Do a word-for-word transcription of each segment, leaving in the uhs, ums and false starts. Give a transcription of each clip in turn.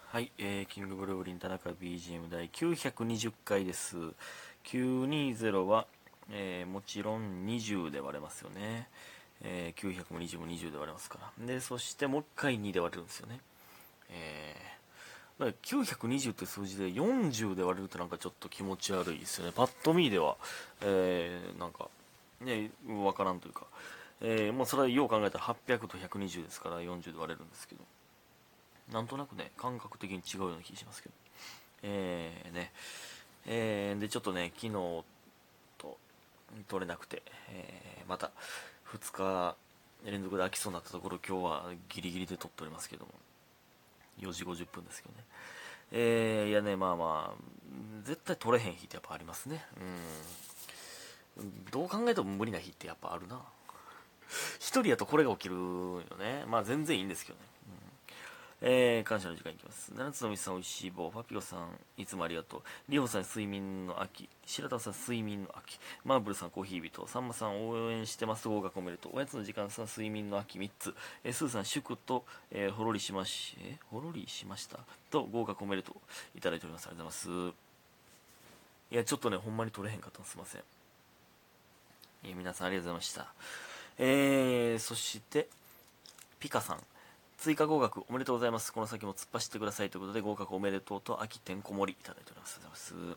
はい、えー、キングブルーリン田中 ビージーエム 第きゅうひゃくにじゅっかいです。きゅうひゃくにじゅうは、えー、もちろんにじゅうで割れますよね。えー、きゅうひゃくもにじゅうもにじゅうで割れますから。で、そしてもう一回にで割れるんですよね。えー、だからきゅうひゃくにじゅうって数字でよんじゅうで割れるとなんかちょっと気持ち悪いですよね。パッと見では、えー、なんか、ね、わからんというか。えー、もうそれはよう考えたらはっぴゃくとひゃくにじゅうですからよんじゅうで割れるんですけど。なんとなくね、感覚的に違うような気がしますけど。えーね、えー、で、ちょっとね、昨日と取れなくて、えー、またふつか連続で飽きそうになったところ、今日はギリギリで取っておりますけども、よじごじゅっぷんですけどね。えー、いやね、まあまあ、絶対取れへん日ってやっぱありますね。うん。どう考えても無理な日ってやっぱあるな。一人やとこれが起きるよね。まあ全然いいんですけどね。えー、感謝の時間いきます。七つのみさん、おいしい棒。パピコさん、いつもありがとう。リホさん、睡眠の秋。白田さん、睡眠の秋。マーブルさん、コーヒー人。さんまさん、応援してます。合格おめでとう。おやつの時間さん、睡眠の秋みっつ。えー、スーさん、祝と、えー、ほろりしまし、えー、ほろりしましたと、合格おめでとう。いただいております。ありがとうございます。いや、ちょっとね、ほんまに取れへんかったのすいません。えー、皆さんありがとうございました。えー、そして、ピカさん。追加合格おめでとうございます。この先も突っ走ってくださいということで合格おめでとうと秋てんこ盛りいただいております。ありがとうございます。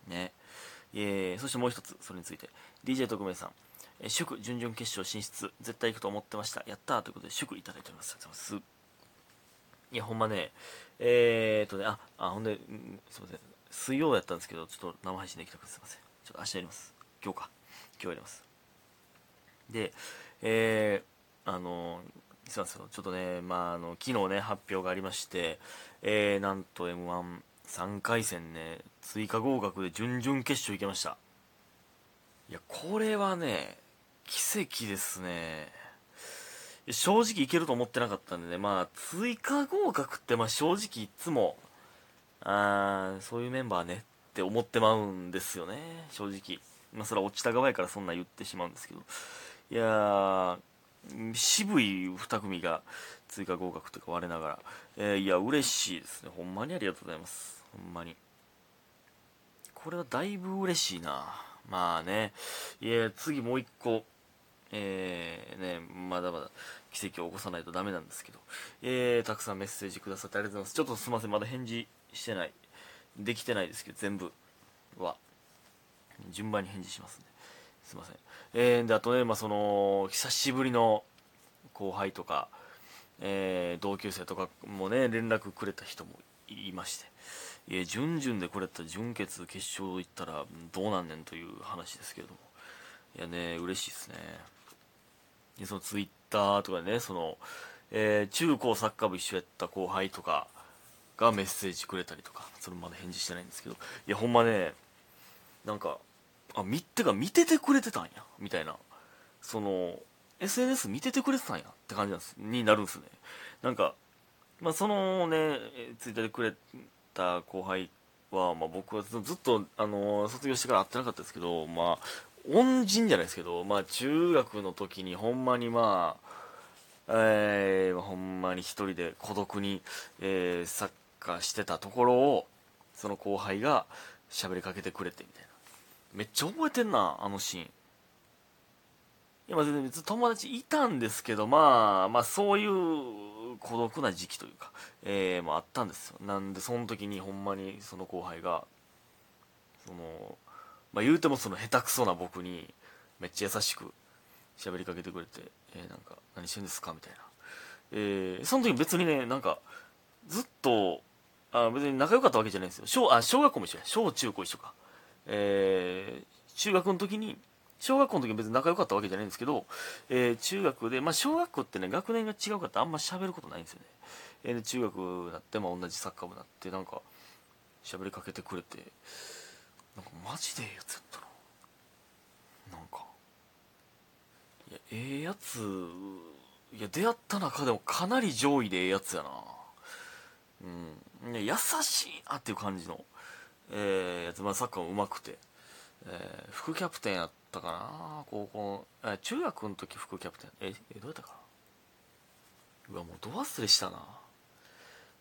ね。えー、そしてもう一つ、それについて。ディージェー 特命さん。えー、祝準々決勝進出。絶対行くと思ってました。やったーということで祝いただいております。ありがとうございます。いや、ほんまね、えーとね、あ、あ、ほんで、んすいません。水曜やったんですけど、ちょっと生配信できたくてすいません。ちょっと明日やります。今日か。今日やります。で、えー、あのそうなんですよ。ちょっとね、まあ、あの、昨日ね、発表がありまして、えー、なんと エムワンさんかい戦ね、追加合格で準々決勝行けました。いや、これはね、奇跡ですね。正直いけると思ってなかったんでね、まあ、追加合格って、まあ正直いつも、あー、そういうメンバーねって思ってまうんですよね、正直。まあ、それは落ちた側やからそんな言ってしまうんですけど。いやー、渋いに組が追加合格とか我ながら、えー、いや嬉しいですね。ほんまにありがとうございます。ほんまにこれはだいぶ嬉しいな。まあね、いや次もう一個、えー、ね、まだまだ奇跡を起こさないとダメなんですけど、えー、たくさんメッセージくださってありがとうございます。ちょっとすいません、まだ返事してない、できてないですけど、全部は順番に返事しますね。すいません。えー、であとね、まあ、その久しぶりの後輩とか、えー、同級生とかもね連絡くれた人もいまして、いや準々でこれやったら準決決勝行ったらどうなんねんという話ですけれども、いやね嬉しいですね。でそのツイッターとかでね、その、えー、中高サッカー部一緒やった後輩とかがメッセージくれたりとか、それまだ返事してないんですけど、いやほんまね、なんかあ見てか見ててくれてたんやみたいな、その エスエヌエス 見ててくれてたんやって感じなんですになるんですね。なんか、まあ、そのねツイッターでくれた後輩は、まあ、僕はずっと、あのー卒業してから会ってなかったですけど、まあ恩人じゃないですけど、まあ、中学の時にほんまにまあ、えー、ほんまに一人で孤独に、えー、サッカーしてたところをその後輩が喋りかけてくれてみたいな、めっちゃ覚えてんなあのシーン。いや、まあ、全然別に友達いたんですけど、まあ、まあ、そういう孤独な時期というか、えー、まあ、あったんですよ。なんで、その時にほんまにその後輩が、その、まあ、言うてもその下手くそな僕に、めっちゃ優しく喋りかけてくれて、えー、なんか、何してんですかみたいな。えー、その時別にね、なんか、ずっと、あ別に仲良かったわけじゃないんですよ。小、あ、小学校も一緒や。小中高一緒か。えー、中学の時に、小学校の時は別に仲良かったわけじゃないんですけど、えー、中学で、まあ小学校ってね、学年が違うからってあんま喋ることないんですよね。えー、で中学になって、まあ同じサッカー部になって、なんか、喋りかけてくれて、なんかマジでええやつやったな。なんか、いや、ええやつ、いや、出会った中でもかなり上位でええやつやな。うん。いや優しいなっていう感じの、えー、やつ、まあサッカーも上手くて、えー、副キャプテンやったかな高校、え中学の時副キャプテン、ええどうやったかな。うわもうど忘れしたな。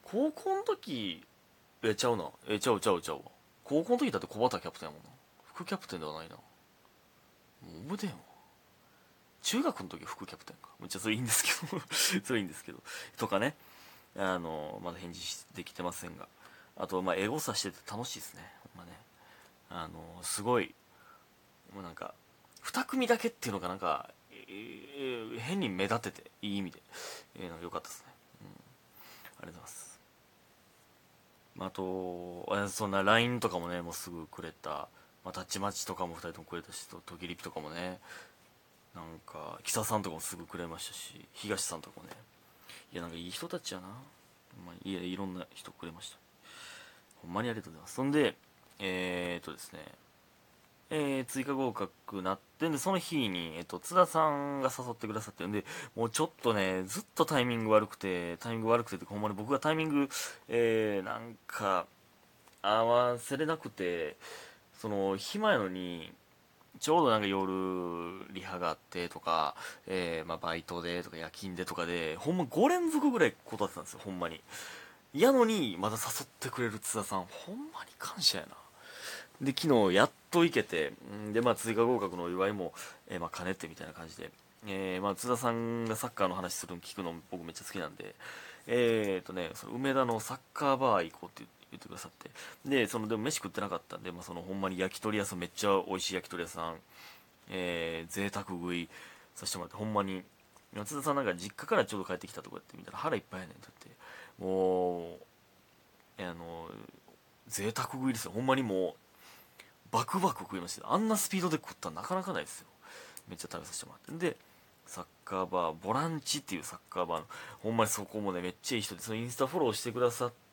高校の時えちゃうなえちゃうちゃうちゃうわ。高校の時だって小畑キャプテンやもんな。副キャプテンではないな。もう覚えてへんわ。中学の時副キャプテンか。めっちゃそれいいんですけどそれいいんですけどとかね。あのまだ返事できてませんが、あとまあエゴサしてて楽しいですね。ほんまね、あのすごいもうなんかに組だけっていうのがなんか、えー、変に目立ってていい意味で、えー、なんか良かったですね、うん、ありがとうございます。あとそんな ライン とかもねもうすぐくれた、まあ、タッチマッチとかもふたりともくれたし、トキリピとかもね、なんかキサさんとかもすぐくれましたし、東さんとかもね、いやなんかいい人たちやな、まあ、いやいろんな人くれました。ほんまにありがとうございます。そんでえー、っとですねえー、追加合格なってんで、その日に、えっと、津田さんが誘ってくださってるんで、もうちょっとね、ずっとタイミング悪くて、タイミング悪くてって、ほんまに僕がタイミング、えー、なんか、合わせれなくて、その、暇やのに、ちょうどなんか夜、リハがあってとか、えー、まあ、バイトでとか夜勤でとかで、ほんまご連続ぐらい断ってたんですよ、ほんまに。やのに、まだ誘ってくれる津田さん、ほんまに感謝やな。で昨日やっと行けて、んでまあ追加合格のお祝いも、えー、まあ兼ねてみたいな感じで、えー、まあ津田さんがサッカーの話するの聞くの僕めっちゃ好きなんで、えーとねその梅田のサッカーバー行こうって言ってくださって、でそのでも飯食ってなかったんで、まあ、そのほんまに焼き鳥屋さん、めっちゃ美味しい焼き鳥屋さん、えー、贅沢食いさせてもらって、ほんまに津田さんなんか実家からちょうど帰ってきたとこやって見たら腹いっぱいやねんって言って、もうあの贅沢食いですよ、ほんまにもうバクバク食いました。あんなスピードで食ったらなかなかないですよ。めっちゃ食べさせてもらって。でサッカーバーボランチっていうサッカーバーのほんまにそこもねめっちゃいい人で、そのインスタフォローしてくださって、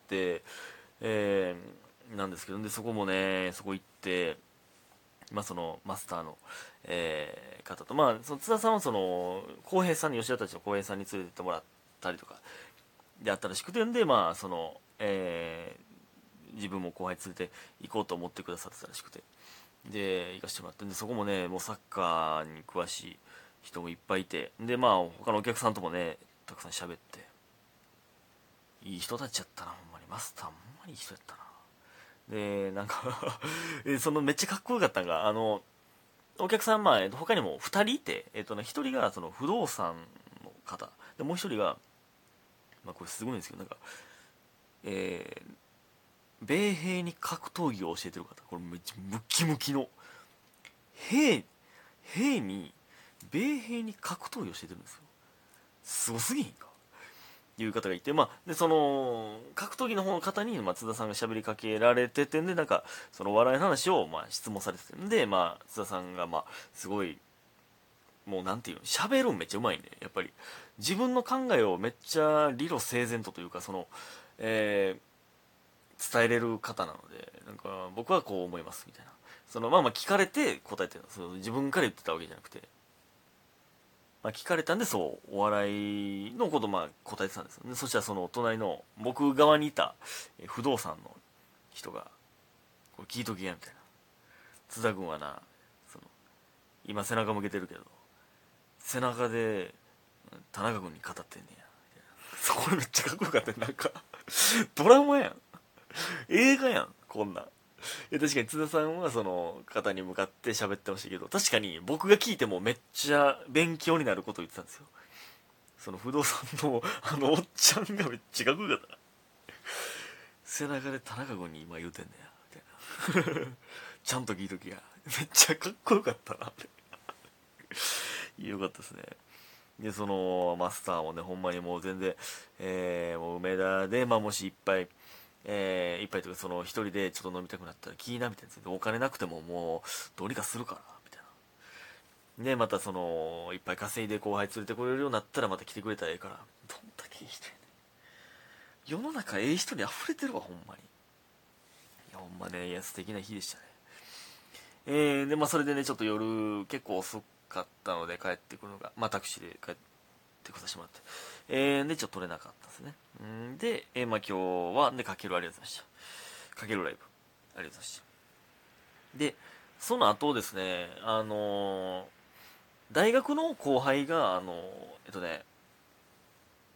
えー、なんですけど、でそこもねそこ行って、まあ、そのマスターの、えー、方と、まあ、その津田さんはその浩平さんに、吉田たちの浩平さんに連れてってもらったりとかであったらしくて、んでまあその、えー自分も後輩連れて行こうと思ってくださってたらしくて、で行かせてもらって、でそこもねもうサッカーに詳しい人もいっぱいいて、でまあ他のお客さんともねたくさん喋って、いい人たちやったな、ほんまにマスターほんまにいい人やったな。でなんかそのめっちゃかっこよかったのが、あのお客さん、まあ、えっと、他にもふたりいて、えっとね、ひとりがその不動産の方で、もうひとりが、まあ、これすごいんですけど、なんかえー米兵に格闘技を教えてる方、これめっちゃムキムキの兵兵に米兵に格闘技を教えてるんですよ。すごすぎへんかいう方がいて、まあ、でその格闘技の方の方に松田さんが喋りかけられててんで、なんかその笑いの話をまあ質問されててんで、まあ、津田さんがまあすごいもうなんていうの喋るんめっちゃうまいんで、やっぱり自分の考えをめっちゃ理路整然とというか、その、えー伝えれる方なので、なんか僕はこう思いますみたいな、そのまあまあ聞かれて答えてる、その自分から言ってたわけじゃなくて、まあ、聞かれたんでそうお笑いのことまあ答えてたんですよ。でそしたらその隣の僕側にいた不動産の人が「これ聞いときや」みたいな「津田君はな、その今背中向けてるけど背中で田中君に語ってんねや」みたいな。そこめっちゃかっこよかった。なんかドラマやん、映画やんこんなん。いや確かに津田さんはその方に向かって喋ってましたけど、確かに僕が聞いてもめっちゃ勉強になることを言ってたんですよ。その不動産のあのおっちゃんがめっちゃかっこよかった。背中で田中君に今言うてんねやみたいなちゃんと聞いときや、めっちゃかっこよかったなってよかったですね。でそのマスターもねほんまにもう全然、えー、もう梅田で、まあ、もしいっぱいえー、一杯というかその一人でちょっと飲みたくなったら気になみたいな、お金なくてももうどうにかするからみたいな。でまたそのいっぱい稼いで後輩連れてこれるようになったらまた来てくれたらええから、どんだけいい人やねん。世の中ええ人に溢れてるわほんまに。いやほんまね、いや素敵な日でしたね。えー、でまあそれでねちょっと夜結構遅かったので帰ってくるのが、まあタクシーで帰ってこさせてもらって、えー、でちょっと取れなかったですね。んで、えー、まあ今日はでかけるありがとうございました。かけるライブありがとうございました。でその後ですね、あのー大学の後輩があのーえっとね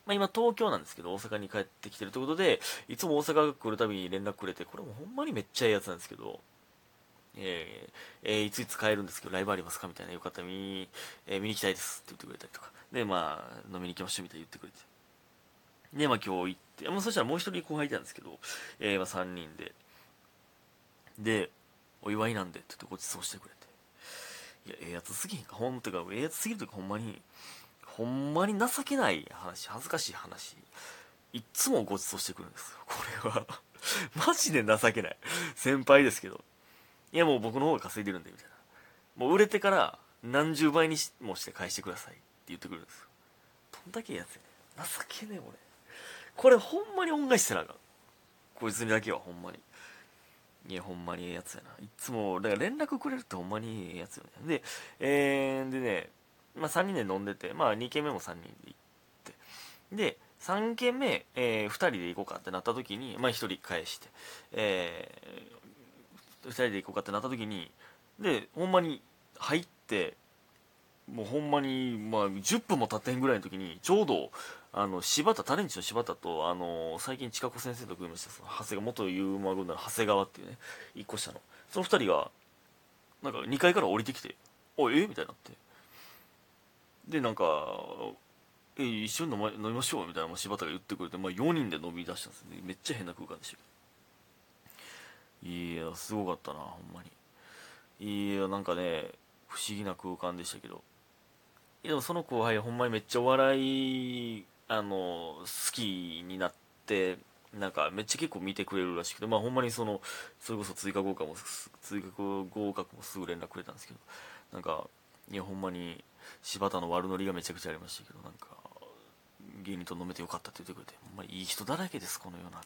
まあ、今東京なんですけど大阪に帰ってきてるということで、いつも大阪来るたびに連絡くれて、これもほんまにめっちゃいいやつなんですけど、えーえーいついつ帰るんですけどライブありますかみたいな、よかったら見に、えー見に行きたいですって言ってくれたりとかで、まあ飲みに行きましょうみたいな言ってくれて、でまあ今日行って、まあ、そしたらもう一人後輩いたんですけど、えーまあ、さんにんででお祝いなんでって言ってご馳走してくれて、いやええやつすぎんか、ほんとかええやつすぎるとか、ほんまにほんまに情けない話、恥ずかしい話、いっつもご馳走してくるんですよ、これはマジで情けない。先輩ですけど、いやもう僕の方が稼いでるんでみたいな、もう売れてから何十倍にもして返してくださいって言ってくるんですよ。どんだけええやつやねん、情けねえ俺、これほんまに恩返しせなあかん、こいつにだけはほんまに。いやほんまにええやつやな、いつもだから連絡くれるってほんまにええやつよね。でえー、でね、まあ、さんにんで飲んでて、まあ、にけんめもさんにんで行って、でさんけんめ、えー、ふたりで行こうかってなった時に、まあ、ひとり返して、えー、ふたりで行こうかってなった時に、でほんまに入って、もうほんまに、まあ、じゅっぷんも経ってへんぐらいの時にちょうどあの柴田タレンチの柴田と、あの最近近子先生と組みましたその長谷川元ユーモア軍団の長谷川っていうね、いっこ下のそのふたりがなんかにかいから降りてきて「おいえみたいになって、でなんか「え一緒に飲ま飲みましょう」みたいな柴田が言ってくれて、まあ、よにんで飲み出したんですね。めっちゃ変な空間でしたけど、いやすごかったなほんまに。いやなんかね不思議な空間でしたけど、でもその後輩ほんまにめっちゃお笑いあの好きになって、なんかめっちゃ結構見てくれるらしくて、まあほんまにそのそれこそ追加合格も追加合格もすぐ連絡くれたんですけど、なんかいやほんまに柴田の悪ノリがめちゃくちゃありましたけど、なんか芸人と飲めてよかったって言ってくれて、ほんまにいい人だらけですこの世の中。